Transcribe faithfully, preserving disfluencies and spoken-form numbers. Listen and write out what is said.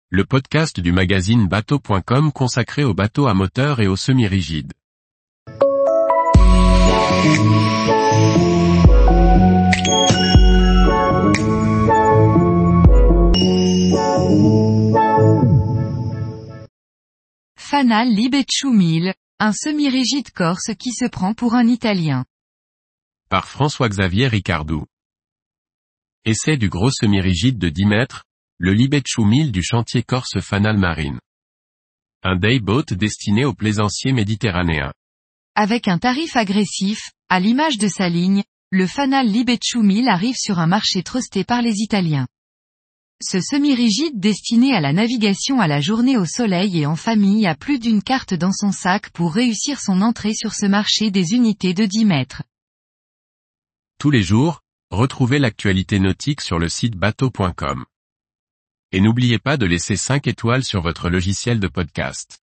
le podcast du magazine bateau point com consacré aux bateaux à moteur et aux semi-rigides. Fanal Libecciu mille, un semi-rigide corse qui se prend pour un Italien. Par François-Xavier Ricardou. Essai du gros semi-rigide de dix mètres, le Libecciu mille du chantier corse Fanal Marine. Un dayboat destiné aux plaisanciers méditerranéens. Avec un tarif agressif, à l'image de sa ligne, le Fanal Libecciu mille arrive sur un marché trusté par les Italiens. Ce semi-rigide destiné à la navigation à la journée au soleil et en famille a plus d'une carte dans son sac pour réussir son entrée sur ce marché des unités de dix mètres. Tous les jours, retrouvez l'actualité nautique sur le site bateau point com. Et n'oubliez pas de laisser cinq étoiles sur votre logiciel de podcast.